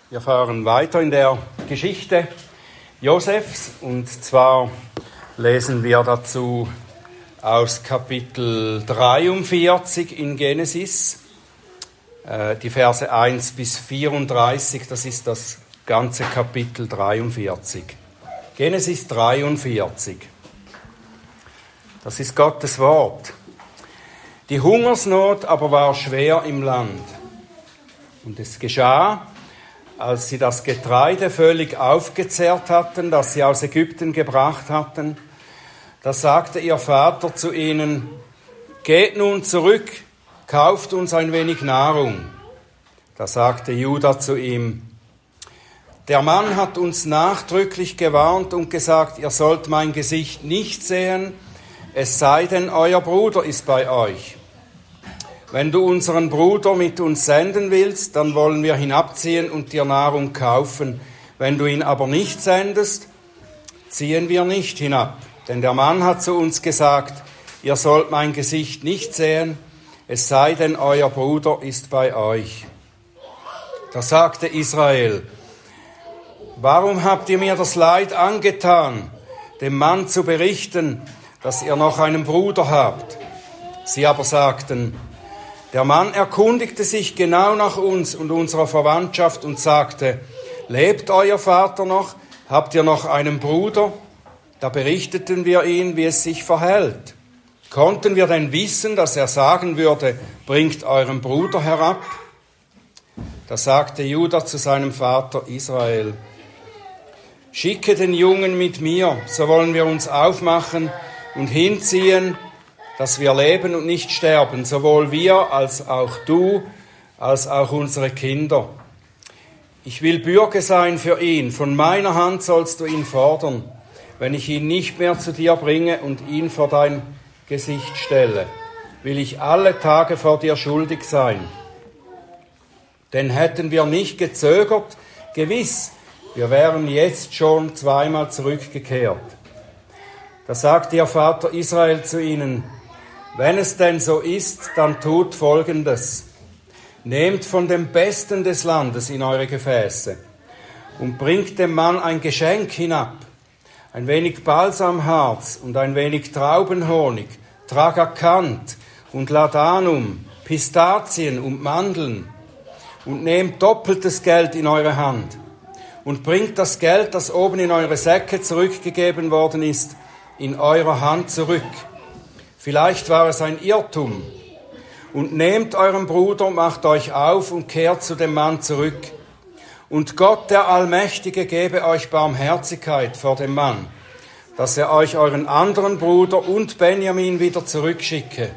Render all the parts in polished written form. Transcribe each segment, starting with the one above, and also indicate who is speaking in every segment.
Speaker 1: Wir fahren weiter in der Geschichte Josefs und zwar lesen wir dazu aus Kapitel 43 in Genesis, die Verse 1 bis 34, das ist das ganze Kapitel 43. Genesis 43, das ist Gottes Wort. Die Hungersnot aber war schwer im Land. Und es geschah, als sie das Getreide völlig aufgezehrt hatten, das sie aus Ägypten gebracht hatten, da sagte ihr Vater zu ihnen: Geht nun zurück, kauft uns ein wenig Nahrung. Da sagte Juda zu ihm: Der Mann hat uns nachdrücklich gewarnt und gesagt, ihr sollt mein Gesicht nicht sehen, es sei denn, euer Bruder ist bei euch. Wenn du unseren Bruder mit uns senden willst, dann wollen wir hinabziehen und dir Nahrung kaufen. Wenn du ihn aber nicht sendest, ziehen wir nicht hinab. Denn der Mann hat zu uns gesagt, ihr sollt mein Gesicht nicht sehen, es sei denn, euer Bruder ist bei euch. Da sagte Israel: Warum habt ihr mir das Leid angetan, dem Mann zu berichten, dass ihr noch einen Bruder habt? Sie aber sagten: Der Mann erkundigte sich genau nach uns und unserer Verwandtschaft und sagte: Lebt euer Vater noch? Habt ihr noch einen Bruder? Da berichteten wir ihn, wie es sich verhält. Konnten wir denn wissen, dass er sagen würde: Bringt euren Bruder herab? Da sagte Juda zu seinem Vater Israel: Schicke den Jungen mit mir, so wollen wir uns aufmachen und hinziehen, dass wir leben und nicht sterben, sowohl wir als auch du, als auch unsere Kinder. Ich will Bürge sein für ihn, von meiner Hand sollst du ihn fordern, wenn ich ihn nicht mehr zu dir bringe und ihn vor dein Gesicht stelle, will ich alle Tage vor dir schuldig sein. Denn hätten wir nicht gezögert, gewiss, wir wären jetzt schon zweimal zurückgekehrt. Da sagte ihr Vater Israel zu ihnen: Wenn es denn so ist, dann tut Folgendes. Nehmt von dem Besten des Landes in eure Gefäße und bringt dem Mann ein Geschenk hinab, ein wenig Balsamharz und ein wenig Traubenhonig, Tragacanth und Ladanum, Pistazien und Mandeln, und nehmt doppeltes Geld in eure Hand und bringt das Geld, das oben in eure Säcke zurückgegeben worden ist, in eurer Hand zurück. Vielleicht war es ein Irrtum. Und nehmt euren Bruder, macht euch auf und kehrt zu dem Mann zurück. Und Gott, der Allmächtige, gebe euch Barmherzigkeit vor dem Mann, dass er euch euren anderen Bruder und Benjamin wieder zurückschicke.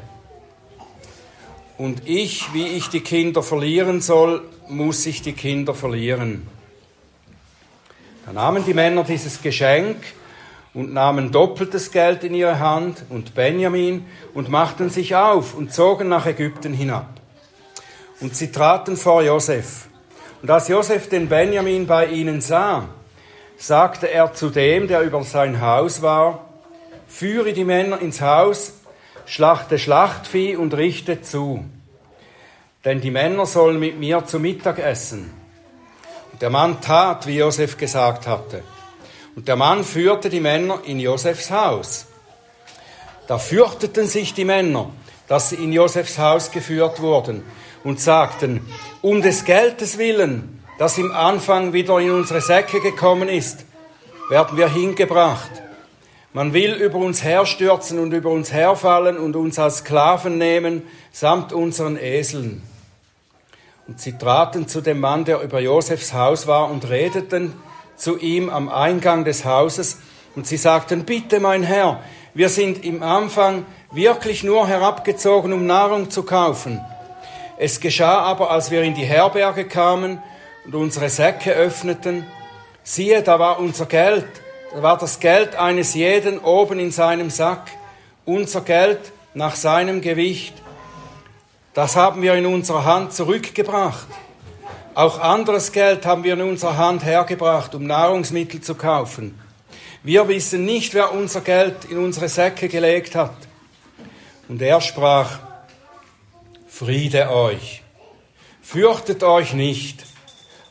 Speaker 1: Und ich, wie ich die Kinder verlieren soll, muss ich die Kinder verlieren. Da nahmen die Männer dieses Geschenk und nahmen doppeltes Geld in ihre Hand und Benjamin und machten sich auf und zogen nach Ägypten hinab. Und sie traten vor Josef. Und als Josef den Benjamin bei ihnen sah, sagte er zu dem, der über sein Haus war: Führe die Männer ins Haus, schlachte Schlachtvieh und richte zu. Denn die Männer sollen mit mir zu Mittag essen. Und der Mann tat, wie Josef gesagt hatte. Und der Mann führte die Männer in Josefs Haus. Da fürchteten sich die Männer, dass sie in Josefs Haus geführt wurden, und sagten: Um des Geldes willen, das im Anfang wieder in unsere Säcke gekommen ist, werden wir hingebracht. Man will über uns herstürzen und über uns herfallen und uns als Sklaven nehmen, samt unseren Eseln. Und sie traten zu dem Mann, der über Josefs Haus war, und redeten zu ihm am Eingang des Hauses. Und sie sagten: Bitte, mein Herr, wir sind im Anfang wirklich nur herabgezogen, um Nahrung zu kaufen. Es geschah aber, als wir in die Herberge kamen und unsere Säcke öffneten, siehe, da war unser Geld, da war das Geld eines jeden oben in seinem Sack, unser Geld nach seinem Gewicht. Das haben wir in unserer Hand zurückgebracht. Auch anderes Geld haben wir in unserer Hand hergebracht, um Nahrungsmittel zu kaufen. Wir wissen nicht, wer unser Geld in unsere Säcke gelegt hat. Und er sprach: Friede euch, fürchtet euch nicht.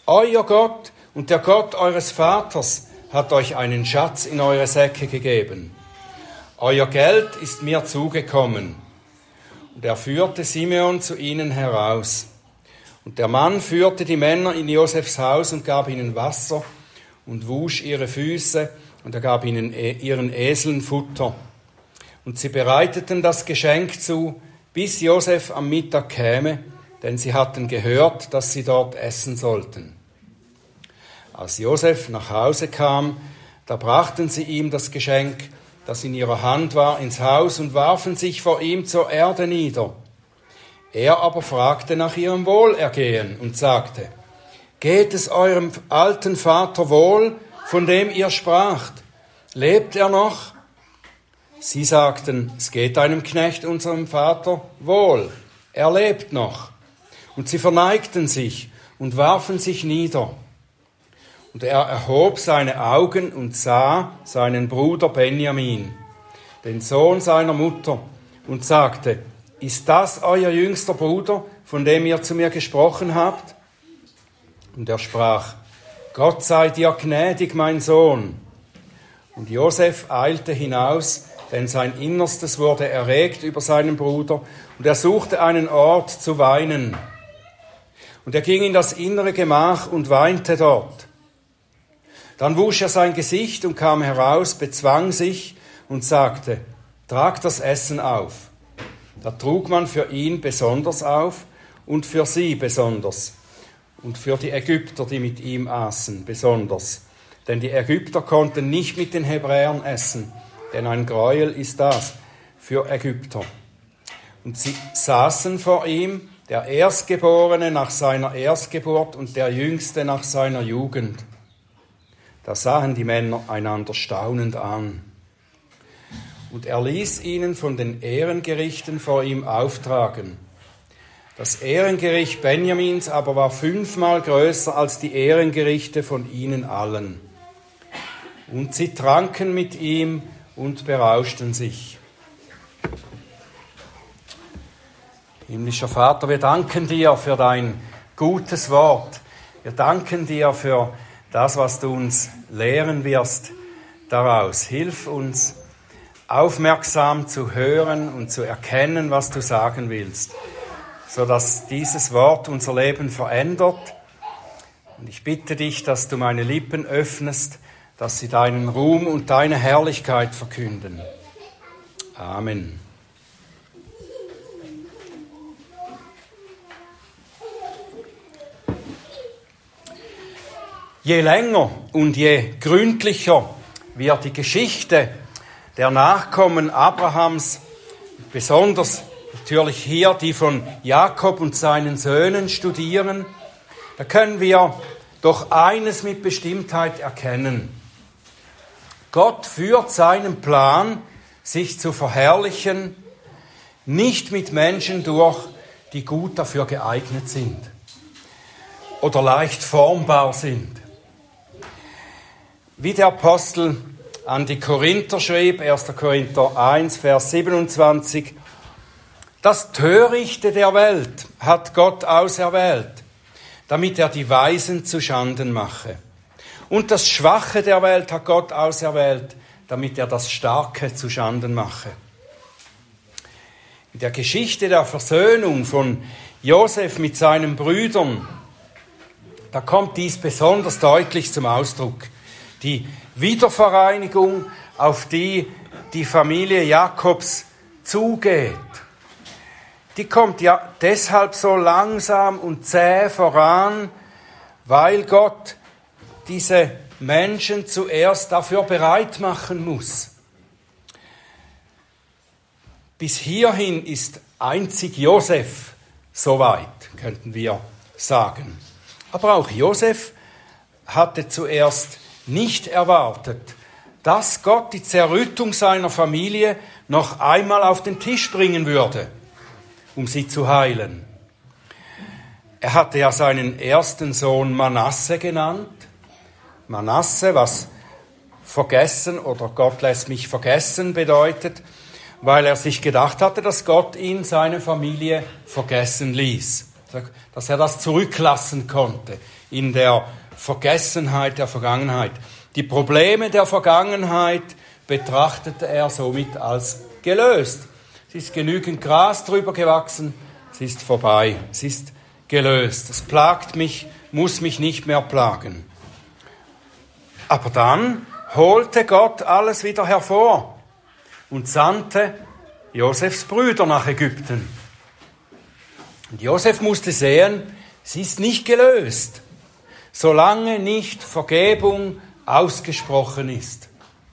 Speaker 1: Euer Gott und der Gott eures Vaters hat euch einen Schatz in eure Säcke gegeben. Euer Geld ist mir zugekommen. Und er führte Simeon zu ihnen heraus. Und der Mann führte die Männer in Josefs Haus und gab ihnen Wasser und wusch ihre Füße, und er gab ihnen ihren Eseln Futter. Und sie bereiteten das Geschenk zu, bis Josef am Mittag käme, denn sie hatten gehört, dass sie dort essen sollten. Als Josef nach Hause kam, da brachten sie ihm das Geschenk, das in ihrer Hand war, ins Haus und warfen sich vor ihm zur Erde nieder. Er aber fragte nach ihrem Wohlergehen und sagte: Geht es eurem alten Vater wohl, von dem ihr spracht? Lebt er noch? Sie sagten: Es geht deinem Knecht, unserem Vater, wohl. Er lebt noch. Und sie verneigten sich und warfen sich nieder. Und er erhob seine Augen und sah seinen Bruder Benjamin, den Sohn seiner Mutter, und sagte: Ist das euer jüngster Bruder, von dem ihr zu mir gesprochen habt? Und er sprach: Gott sei dir gnädig, mein Sohn. Und Josef eilte hinaus, denn sein Innerstes wurde erregt über seinen Bruder, und er suchte einen Ort zu weinen. Und er ging in das innere Gemach und weinte dort. Dann wusch er sein Gesicht und kam heraus, bezwang sich und sagte: Tragt das Essen auf. Da trug man für ihn besonders auf und für sie besonders und für die Ägypter, die mit ihm aßen, besonders. Denn die Ägypter konnten nicht mit den Hebräern essen, denn ein Gräuel ist das für Ägypter. Und sie saßen vor ihm, der Erstgeborene nach seiner Erstgeburt und der Jüngste nach seiner Jugend. Da sahen die Männer einander staunend an. Und er ließ ihnen von den Ehrengerichten vor ihm auftragen. Das Ehrengericht Benjamins aber war 5-mal größer als die Ehrengerichte von ihnen allen. Und sie tranken mit ihm und berauschten sich. Himmlischer Vater, wir danken dir für dein gutes Wort. Wir danken dir für das, was du uns lehren wirst daraus. Hilf uns, aufmerksam zu hören und zu erkennen, was du sagen willst, sodass dieses Wort unser Leben verändert. Und ich bitte dich, dass du meine Lippen öffnest, dass sie deinen Ruhm und deine Herrlichkeit verkünden. Amen. Je länger und je gründlicher wir die Geschichte der Nachkommen Abrahams, besonders natürlich hier die von Jakob und seinen Söhnen studieren, da können wir doch eines mit Bestimmtheit erkennen. Gott führt seinen Plan, sich zu verherrlichen, nicht mit Menschen durch, die gut dafür geeignet sind oder leicht formbar sind. Wie der Apostel an die Korinther schrieb, 1. Korinther 1, Vers 27, das Törichte der Welt hat Gott auserwählt, damit er die Weisen zu Schanden mache. Und das Schwache der Welt hat Gott auserwählt, damit er das Starke zu Schanden mache. In der Geschichte der Versöhnung von Josef mit seinen Brüdern, da kommt dies besonders deutlich zum Ausdruck. Die Wiedervereinigung, auf die die Familie Jakobs zugeht, die kommt ja deshalb so langsam und zäh voran, weil Gott diese Menschen zuerst dafür bereit machen muss. Bis hierhin ist einzig Josef soweit, könnten wir sagen. Aber auch Josef hatte zuerst nicht erwartet, dass Gott die Zerrüttung seiner Familie noch einmal auf den Tisch bringen würde, um sie zu heilen. Er hatte ja seinen ersten Sohn Manasse genannt. Manasse, was vergessen oder Gott lässt mich vergessen bedeutet, weil er sich gedacht hatte, dass Gott ihn, seine Familie, vergessen ließ. Dass er das zurücklassen konnte in der Vergessenheit der Vergangenheit. Die Probleme der Vergangenheit betrachtete er somit als gelöst. Es ist genügend Gras drüber gewachsen, es ist vorbei, es ist gelöst. Es plagt mich, muss mich nicht mehr plagen. Aber dann holte Gott alles wieder hervor und sandte Josefs Brüder nach Ägypten. Und Josef musste sehen, es ist nicht gelöst, solange nicht Vergebung ausgesprochen ist.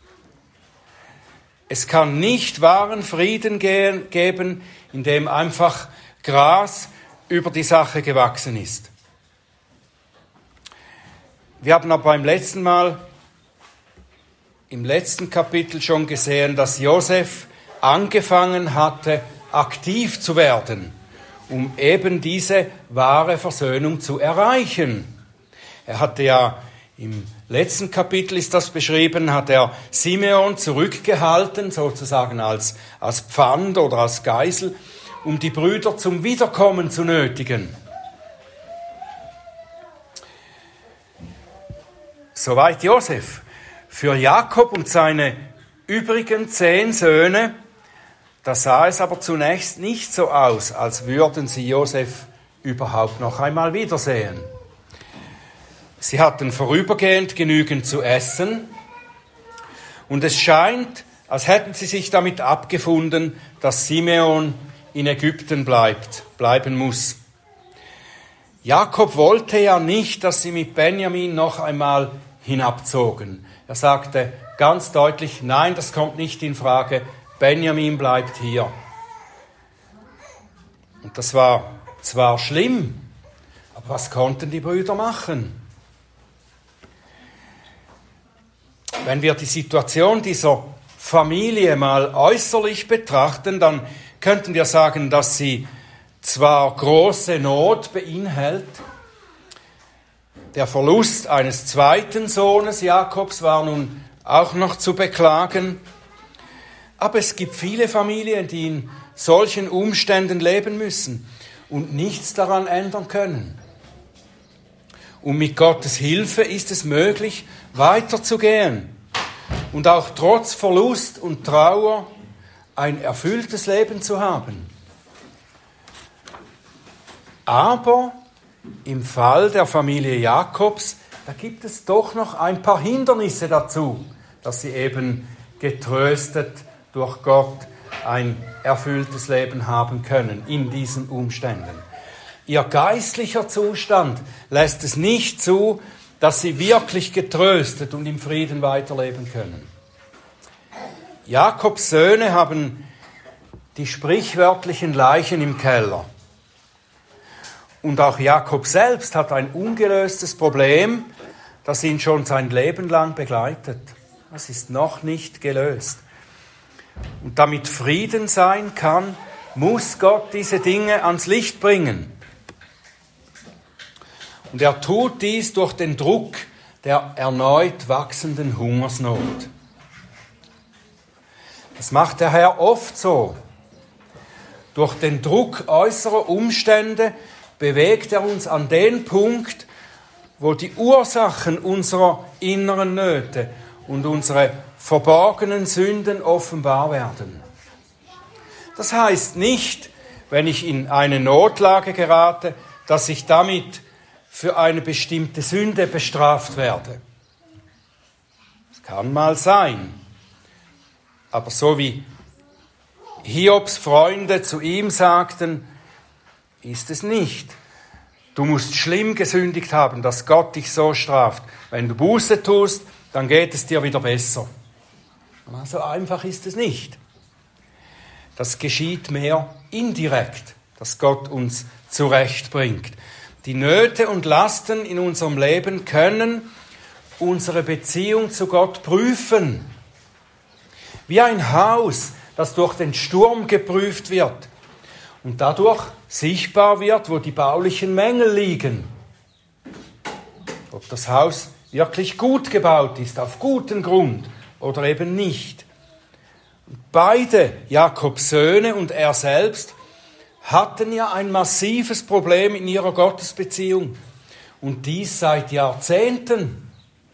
Speaker 1: Es kann nicht wahren Frieden geben, indem einfach Gras über die Sache gewachsen ist. Wir haben aber beim letzten Mal, im letzten Kapitel schon gesehen, dass Josef angefangen hatte, aktiv zu werden, um eben diese wahre Versöhnung zu erreichen. Er hatte ja im letzten Kapitel ist das beschrieben, hat er Simeon zurückgehalten, sozusagen als Pfand oder als Geisel, um die Brüder zum Wiederkommen zu nötigen. Soweit Josef. Für Jakob und seine übrigen 10 Söhne, da sah es aber zunächst nicht so aus, als würden sie Josef überhaupt noch einmal wiedersehen. Sie hatten vorübergehend genügend zu essen und es scheint, als hätten sie sich damit abgefunden, dass Simeon in Ägypten bleiben muss. Jakob wollte ja nicht, dass sie mit Benjamin noch einmal hinabzogen. Er sagte ganz deutlich, nein, das kommt nicht in Frage, Benjamin bleibt hier. Und das war zwar schlimm, aber was konnten die Brüder machen? Wenn wir die Situation dieser Familie mal äußerlich betrachten, dann könnten wir sagen, dass sie zwar große Not beinhält. Der Verlust eines zweiten Sohnes Jakobs war nun auch noch zu beklagen. Aber es gibt viele Familien, die in solchen Umständen leben müssen und nichts daran ändern können. Und mit Gottes Hilfe ist es möglich, weiterzugehen und auch trotz Verlust und Trauer ein erfülltes Leben zu haben. Aber im Fall der Familie Jakobs, da gibt es doch noch ein paar Hindernisse dazu, dass sie eben getröstet durch Gott ein erfülltes Leben haben können in diesen Umständen. Ihr geistlicher Zustand lässt es nicht zu, dass sie wirklich getröstet und im Frieden weiterleben können. Jakobs Söhne haben die sprichwörtlichen Leichen im Keller. Und auch Jakob selbst hat ein ungelöstes Problem, das ihn schon sein Leben lang begleitet. Es ist noch nicht gelöst. Und damit Frieden sein kann, muss Gott diese Dinge ans Licht bringen. Und er tut dies durch den Druck der erneut wachsenden Hungersnot. Das macht der Herr oft so. Durch den Druck äußerer Umstände bewegt er uns an den Punkt, wo die Ursachen unserer inneren Nöte und unsere verborgenen Sünden offenbar werden. Das heißt nicht, wenn ich in eine Notlage gerate, dass ich damit für eine bestimmte Sünde bestraft werde. Das kann mal sein. Aber so wie Hiobs Freunde zu ihm sagten, ist es nicht. Du musst schlimm gesündigt haben, dass Gott dich so straft. Wenn du Buße tust, dann geht es dir wieder besser. So einfach ist es nicht. Das geschieht mehr indirekt, dass Gott uns zurechtbringt. Die Nöte und Lasten in unserem Leben können unsere Beziehung zu Gott prüfen. Wie ein Haus, das durch den Sturm geprüft wird und dadurch sichtbar wird, wo die baulichen Mängel liegen. Ob das Haus wirklich gut gebaut ist, auf gutem Grund oder eben nicht. Beide, Jakobs Söhne und er selbst, hatten ja ein massives Problem in ihrer Gottesbeziehung. und dies seit Jahrzehnten.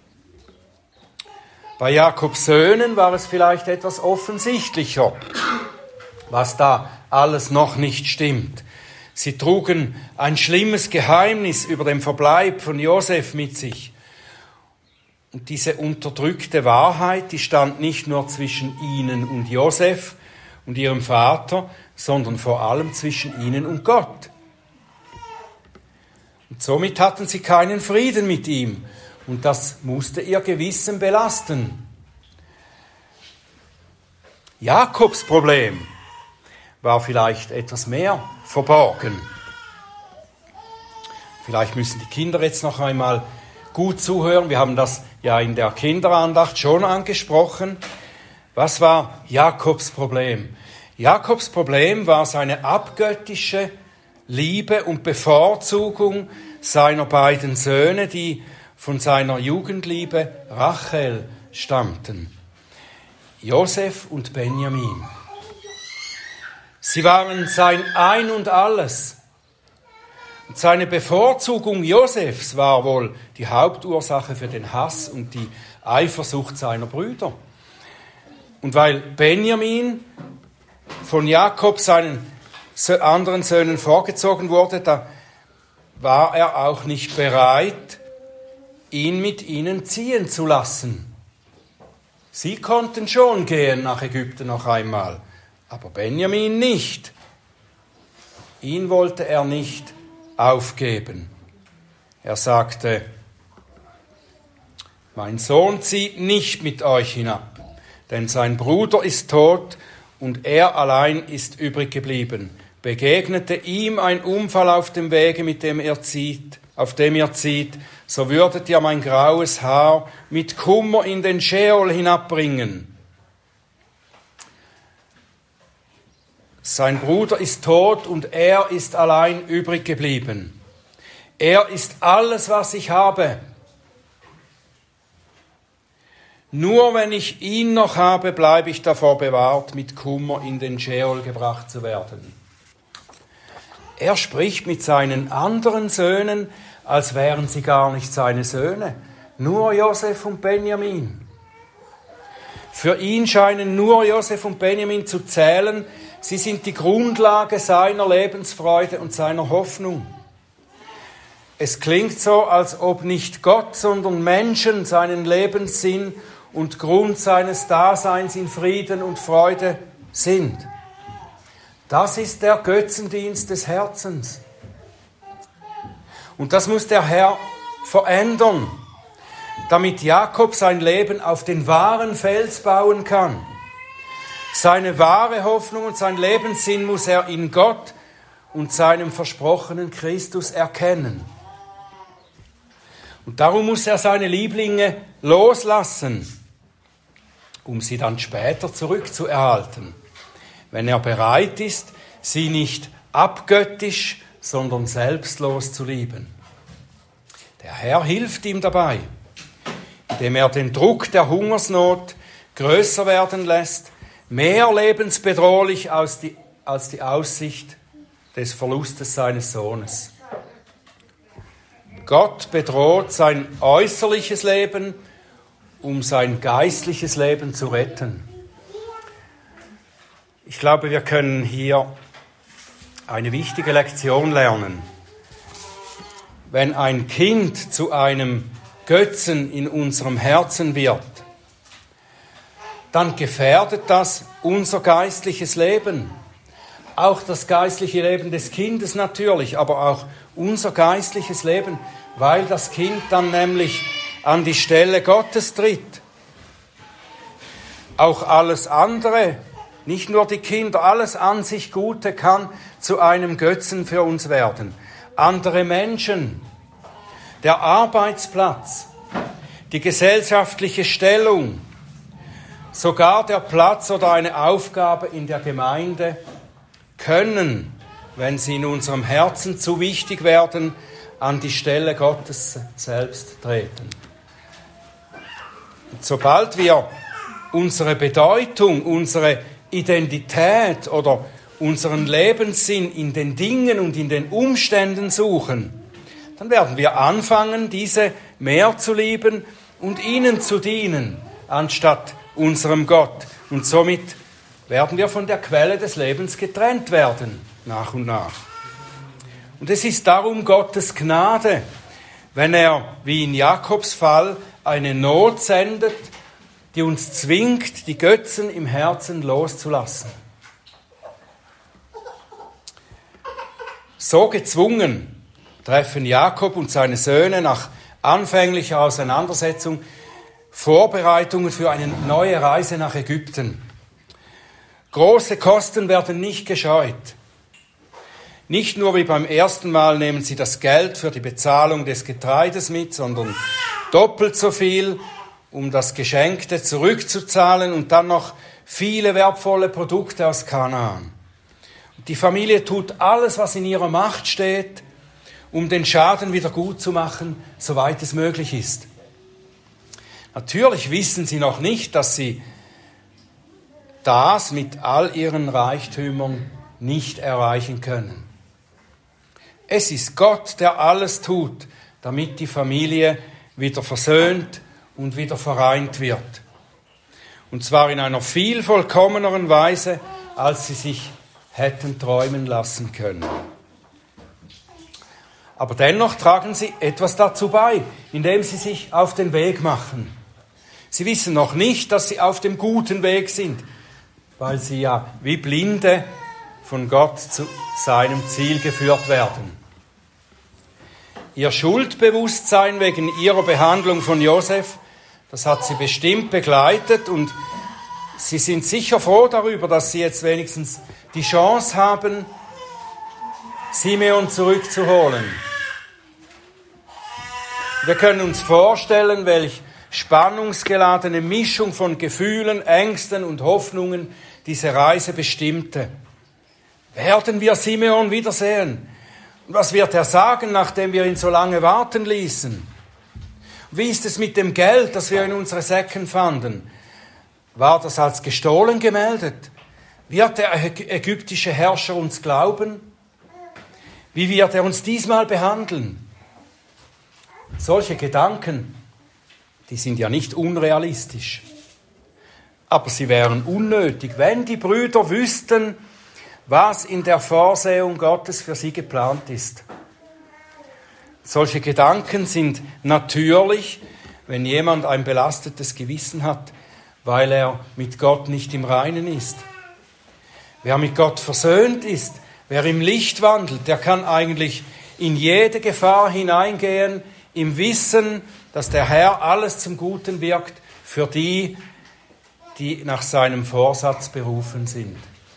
Speaker 1: Bei Jakobs Söhnen war es vielleicht etwas offensichtlicher, was da alles noch nicht stimmt. Sie trugen ein schlimmes Geheimnis über den Verbleib von Josef mit sich. Und diese unterdrückte Wahrheit, die stand nicht nur zwischen ihnen und Josef und ihrem Vater, sondern vor allem zwischen ihnen und Gott. Und somit hatten sie keinen Frieden mit ihm. Und das musste ihr Gewissen belasten. Jakobs Problem war vielleicht etwas mehr verborgen. Vielleicht müssen die Kinder jetzt noch einmal gut zuhören. Wir haben das ja in der Kinderandacht schon angesprochen. Was war Jakobs Problem? Jakobs Problem war seine abgöttische Liebe und Bevorzugung seiner beiden Söhne, die von seiner Jugendliebe Rachel stammten. Josef und Benjamin. Sie waren sein Ein und Alles. Und seine Bevorzugung Josefs war wohl die Hauptursache für den Hass und die Eifersucht seiner Brüder. Und weil Benjamin von Jakob seinen anderen Söhnen vorgezogen wurde, da war er auch nicht bereit, ihn mit ihnen ziehen zu lassen. Sie konnten schon gehen nach Ägypten noch einmal, aber Benjamin nicht. Ihn wollte er nicht aufgeben. Er sagte, mein Sohn zieht nicht mit euch hinab, denn sein Bruder ist tot und er allein ist übrig geblieben. Begegnete ihm ein Unfall auf dem Wege, auf dem ihr zieht, so würdet ihr mein graues Haar mit Kummer in den Scheol hinabbringen. Sein Bruder ist tot und er ist allein übrig geblieben. Er ist alles, was ich habe. Nur wenn ich ihn noch habe, bleibe ich davor bewahrt, mit Kummer in den Scheol gebracht zu werden. Er spricht mit seinen anderen Söhnen, als wären sie gar nicht seine Söhne. Nur Josef und Benjamin. Für ihn scheinen nur Josef und Benjamin zu zählen. Sie sind die Grundlage seiner Lebensfreude und seiner Hoffnung. Es klingt so, als ob nicht Gott, sondern Menschen seinen Lebenssinn und Grund seines Daseins in Frieden und Freude sind. Das ist der Götzendienst des Herzens. Und das muss der Herr verändern, damit Jakob sein Leben auf den wahren Fels bauen kann. Seine wahre Hoffnung und sein Lebenssinn muss er in Gott und seinem versprochenen Christus erkennen. Und darum muss er seine Lieblinge loslassen, um sie dann später zurückzuerhalten, wenn er bereit ist, sie nicht abgöttisch, sondern selbstlos zu lieben. Der Herr hilft ihm dabei, indem er den Druck der Hungersnot größer werden lässt, mehr lebensbedrohlich als die Aussicht des Verlustes seines Sohnes. Gott bedroht sein äußerliches Leben, um sein geistliches Leben zu retten. Ich glaube, wir können hier eine wichtige Lektion lernen. Wenn ein Kind zu einem Götzen in unserem Herzen wird, dann gefährdet das unser geistliches Leben. Auch das geistliche Leben des Kindes natürlich, aber auch unser geistliches Leben, weil das Kind dann nämlich an die Stelle Gottes tritt. Auch alles andere, nicht nur die Kinder, alles an sich Gute kann zu einem Götzen für uns werden. Andere Menschen, der Arbeitsplatz, die gesellschaftliche Stellung, sogar der Platz oder eine Aufgabe in der Gemeinde können, wenn sie in unserem Herzen zu wichtig werden, an die Stelle Gottes selbst treten. Und sobald wir unsere Bedeutung, unsere Identität oder unseren Lebenssinn in den Dingen und in den Umständen suchen, dann werden wir anfangen, diese mehr zu lieben und ihnen zu dienen, anstatt unserem Gott. Und somit werden wir von der Quelle des Lebens getrennt werden, nach und nach. Und es ist darum Gottes Gnade, wenn er, wie in Jakobs Fall, eine Not sendet, die uns zwingt, die Götzen im Herzen loszulassen. So gezwungen treffen Jakob und seine Söhne nach anfänglicher Auseinandersetzung Vorbereitungen für eine neue Reise nach Ägypten. Große Kosten werden nicht gescheut. Nicht nur wie beim ersten Mal nehmen sie das Geld für die Bezahlung des Getreides mit, sondern doppelt so viel, um das Geschenkte zurückzuzahlen und dann noch viele wertvolle Produkte aus Kanaan. Und die Familie tut alles, was in ihrer Macht steht, um den Schaden wieder gut zu machen, soweit es möglich ist. Natürlich wissen sie noch nicht, dass sie das mit all ihren Reichtümern nicht erreichen können. Es ist Gott, der alles tut, damit die Familie wieder versöhnt und wieder vereint wird. Und zwar in einer viel vollkommeneren Weise, als sie sich hätten träumen lassen können. Aber dennoch tragen sie etwas dazu bei, indem sie sich auf den Weg machen. Sie wissen noch nicht, dass sie auf dem guten Weg sind, weil sie ja wie Blinde von Gott zu seinem Ziel geführt werden. Ihr Schuldbewusstsein wegen ihrer Behandlung von Josef, das hat sie bestimmt begleitet und sie sind sicher froh darüber, dass sie jetzt wenigstens die Chance haben, Simeon zurückzuholen. Wir können uns vorstellen, welch spannungsgeladene Mischung von Gefühlen, Ängsten und Hoffnungen diese Reise bestimmte. Werden wir Simeon wiedersehen? Und was wird er sagen, nachdem wir ihn so lange warten ließen? Wie ist es mit dem Geld, das wir in unsere Säcken fanden? War das als gestohlen gemeldet? Wird der ägyptische Herrscher uns glauben? Wie wird er uns diesmal behandeln? Solche Gedanken, die sind ja nicht unrealistisch. Aber sie wären unnötig, wenn die Brüder wüssten, was in der Vorsehung Gottes für sie geplant ist. Solche Gedanken sind natürlich, wenn jemand ein belastetes Gewissen hat, weil er mit Gott nicht im Reinen ist. Wer mit Gott versöhnt ist, wer im Licht wandelt, der kann eigentlich in jede Gefahr hineingehen, im Wissen, dass der Herr alles zum Guten wirkt für die, die nach seinem Vorsatz berufen sind.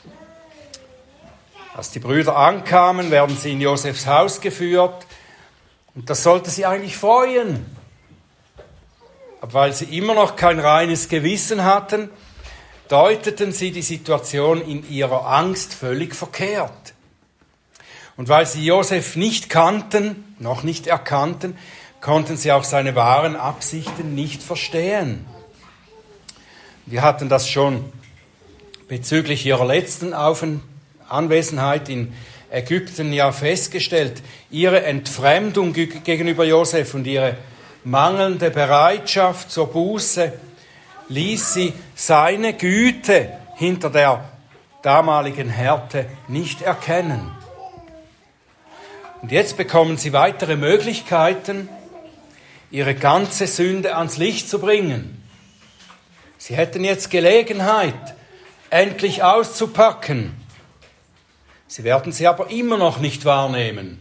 Speaker 1: Als die Brüder ankamen, werden sie in Josefs Haus geführt und das sollte sie eigentlich freuen. Aber weil sie immer noch kein reines Gewissen hatten, deuteten sie die Situation in ihrer Angst völlig verkehrt. Und weil sie Josef nicht kannten, noch nicht erkannten, konnten sie auch seine wahren Absichten nicht verstehen. Wir hatten das schon bezüglich ihrer letzten Anwesenheit in Ägypten ja festgestellt. Ihre Entfremdung gegenüber Josef und ihre mangelnde Bereitschaft zur Buße ließ sie seine Güte hinter der damaligen Härte nicht erkennen. Und jetzt bekommen sie weitere Möglichkeiten, ihre ganze Sünde ans Licht zu bringen. Sie hätten jetzt Gelegenheit, endlich auszupacken. Sie werden sie aber immer noch nicht wahrnehmen.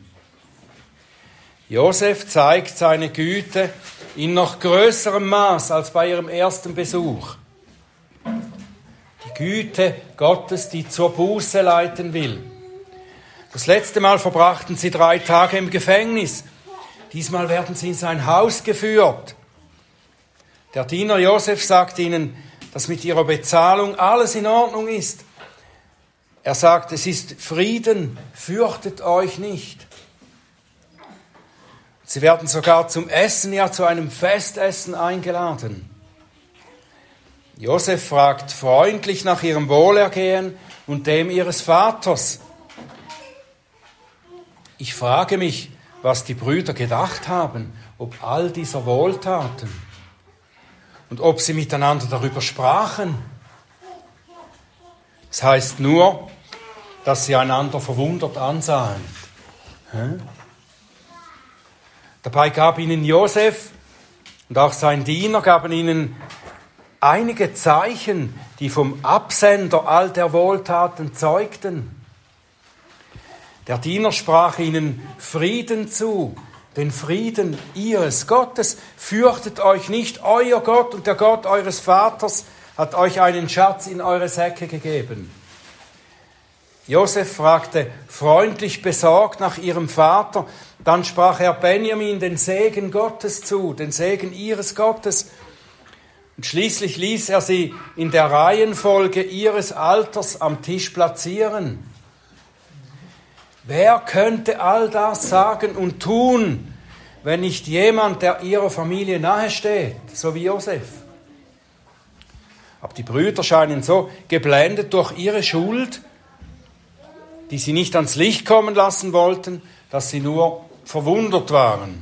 Speaker 1: Josef zeigt seine Güte in noch größerem Maß als bei ihrem ersten Besuch. Die Güte Gottes, die zur Buße leiten will. Das letzte Mal verbrachten sie 3 Tage im Gefängnis. Diesmal werden sie in sein Haus geführt. Der Diener Josef sagt ihnen, dass mit ihrer Bezahlung alles in Ordnung ist. Er sagt, es ist Frieden, fürchtet euch nicht. Sie werden sogar zum Essen, ja zu einem Festessen eingeladen. Josef fragt freundlich nach ihrem Wohlergehen und dem ihres Vaters. Ich frage mich, was die Brüder gedacht haben, ob all dieser Wohltaten und ob sie miteinander darüber sprachen. Es heißt nur, dass sie einander verwundert ansahen. Dabei gab ihnen Josef und auch sein Diener gaben ihnen einige Zeichen, die vom Absender all der Wohltaten zeugten. Der Diener sprach ihnen Frieden zu, den Frieden ihres Gottes. Fürchtet euch nicht, euer Gott und der Gott eures Vaters hat euch einen Schatz in eure Säcke gegeben. Josef fragte freundlich besorgt nach ihrem Vater. Dann sprach er Benjamin den Segen Gottes zu, den Segen ihres Gottes. Und schließlich ließ er sie in der Reihenfolge ihres Alters am Tisch platzieren. Wer könnte all das sagen und tun, wenn nicht jemand, der ihrer Familie nahe steht, so wie Josef? Aber die Brüder scheinen so geblendet durch ihre Schuld, die sie nicht ans Licht kommen lassen wollten, dass sie nur verwundert waren.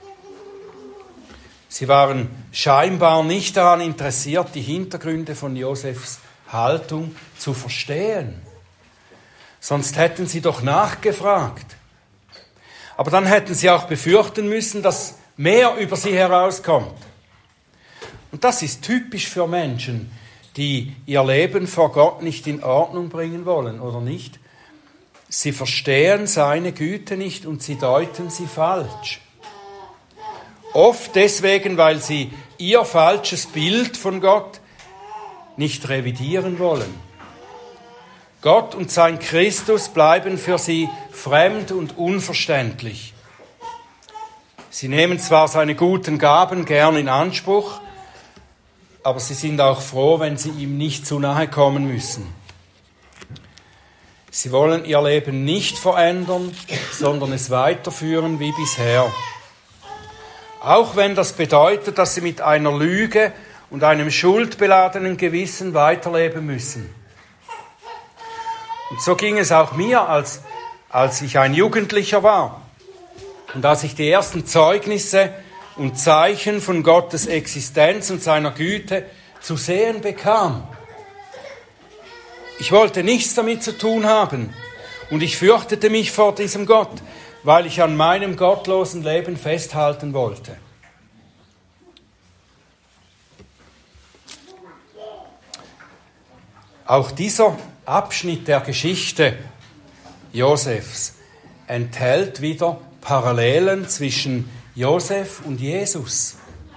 Speaker 1: Sie waren scheinbar nicht daran interessiert, die Hintergründe von Josefs Haltung zu verstehen. Sonst hätten sie doch nachgefragt. Aber dann hätten sie auch befürchten müssen, dass mehr über sie herauskommt. Und das ist typisch für Menschen, die ihr Leben vor Gott nicht in Ordnung bringen wollen, oder nicht? Sie verstehen seine Güte nicht und sie deuten sie falsch. Oft deswegen, weil sie ihr falsches Bild von Gott nicht revidieren wollen. Gott und sein Christus bleiben für sie fremd und unverständlich. Sie nehmen zwar seine guten Gaben gern in Anspruch, aber sie sind auch froh, wenn sie ihm nicht zu nahe kommen müssen. Sie wollen ihr Leben nicht verändern, sondern es weiterführen wie bisher. Auch wenn das bedeutet, dass sie mit einer Lüge und einem schuldbeladenen Gewissen weiterleben müssen. Und so ging es auch mir, als ich ein Jugendlicher war und als ich die ersten Zeugnisse und Zeichen von Gottes Existenz und seiner Güte zu sehen bekam. Ich wollte nichts damit zu tun haben und ich fürchtete mich vor diesem Gott, weil ich an meinem gottlosen Leben festhalten wollte. Auch dieser Abschnitt der Geschichte Josefs enthält wieder Parallelen zwischen Josef und Jesus.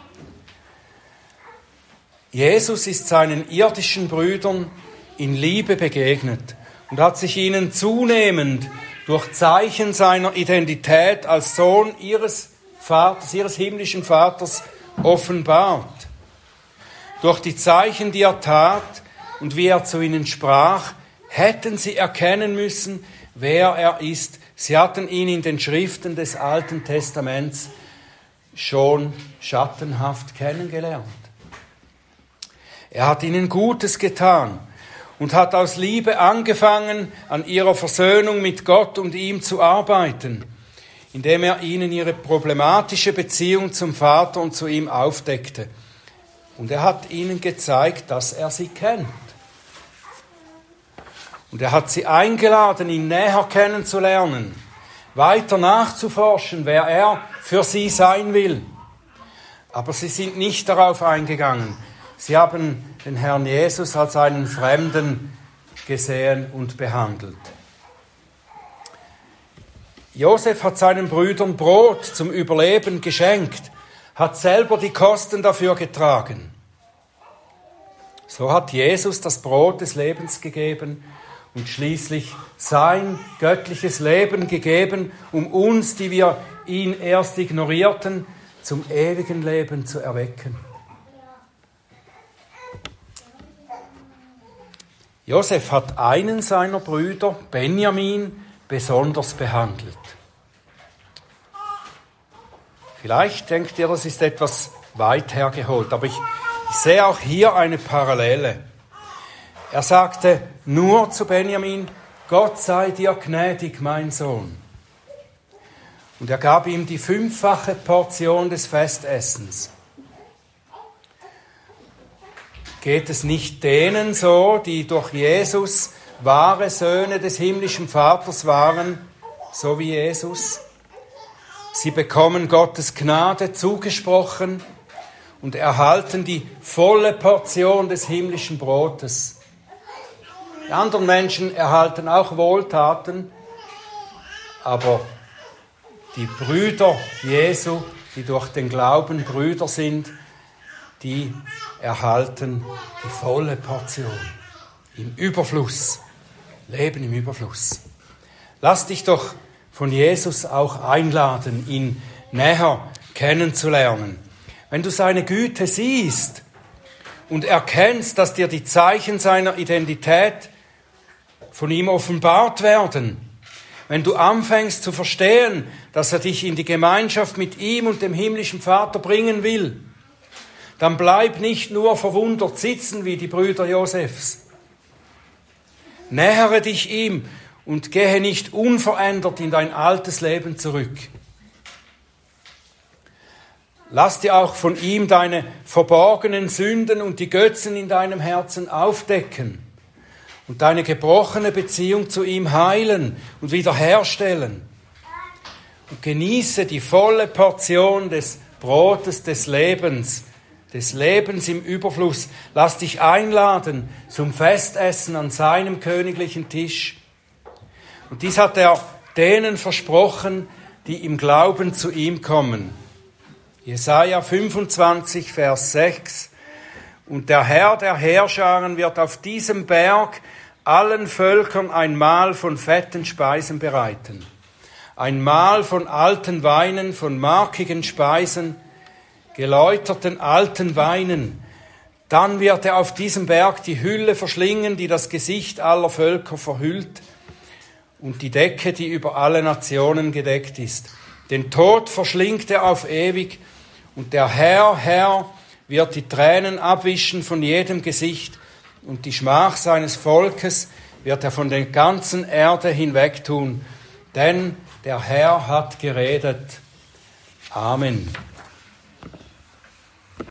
Speaker 1: Jesus ist seinen irdischen Brüdern in Liebe begegnet und hat sich ihnen zunehmend durch Zeichen seiner Identität als Sohn ihres Vaters, ihres himmlischen Vaters offenbart. Durch die Zeichen, die er tat und wie er zu ihnen sprach, hätten sie erkennen müssen, wer er ist. Sie hatten ihn in den Schriften des Alten Testaments schon schattenhaft kennengelernt. Er hat ihnen Gutes getan und hat aus Liebe angefangen, an ihrer Versöhnung mit Gott und ihm zu arbeiten, indem er ihnen ihre problematische Beziehung zum Vater und zu ihm aufdeckte. Und er hat ihnen gezeigt, dass er sie kennt. Und er hat sie eingeladen, ihn näher kennenzulernen, weiter nachzuforschen, wer er für sie sein will. Aber sie sind nicht darauf eingegangen. Sie haben den Herrn Jesus als einen Fremden gesehen und behandelt. Josef hat seinen Brüdern Brot zum Überleben geschenkt, hat selber die Kosten dafür getragen. So hat Jesus das Brot des Lebens gegeben und schließlich sein göttliches Leben gegeben, um uns, die wir ihn erst ignorierten, zum ewigen Leben zu erwecken. Josef hat einen seiner Brüder, Benjamin, besonders behandelt. Vielleicht denkt ihr, das ist etwas weit hergeholt, aber ich sehe auch hier eine Parallele. Er sagte nur zu Benjamin, Gott sei dir gnädig, mein Sohn. Und er gab ihm die 5-fache Portion des Festessens. Geht es nicht denen so, die durch Jesus wahre Söhne des himmlischen Vaters waren, so wie Jesus? Sie bekommen Gottes Gnade zugesprochen und erhalten die volle Portion des himmlischen Brotes. Die anderen Menschen erhalten auch Wohltaten, aber die Brüder Jesu, die durch den Glauben Brüder sind, die erhalten die volle Portion im Überfluss, Leben im Überfluss. Lass dich doch von Jesus auch einladen, ihn näher kennenzulernen. Wenn du seine Güte siehst und erkennst, dass dir die Zeichen seiner Identität von ihm offenbart werden, wenn du anfängst zu verstehen, dass er dich in die Gemeinschaft mit ihm und dem himmlischen Vater bringen will, dann bleib nicht nur verwundert sitzen wie die Brüder Josefs. Nähere dich ihm und gehe nicht unverändert in dein altes Leben zurück. Lass dir auch von ihm deine verborgenen Sünden und die Götzen in deinem Herzen aufdecken und deine gebrochene Beziehung zu ihm heilen und wiederherstellen. Und genieße die volle Portion des Brotes des Lebens im Überfluss. Lass dich einladen zum Festessen an seinem königlichen Tisch. Und dies hat er denen versprochen, die im Glauben zu ihm kommen. Jesaja 25, Vers 6. Und der Herr der Heerscharen wird auf diesem Berg allen Völkern ein Mahl von fetten Speisen bereiten. Ein Mahl von alten Weinen, von markigen Speisen, geläuterten alten Weinen. Dann wird er auf diesem Berg die Hülle verschlingen, die das Gesicht aller Völker verhüllt, und die Decke, die über alle Nationen gedeckt ist. Den Tod verschlingt er auf ewig, und der Herr wird die Tränen abwischen von jedem Gesicht, und die Schmach seines Volkes wird er von der ganzen Erde hinwegtun. Denn der Herr hat geredet. Amen.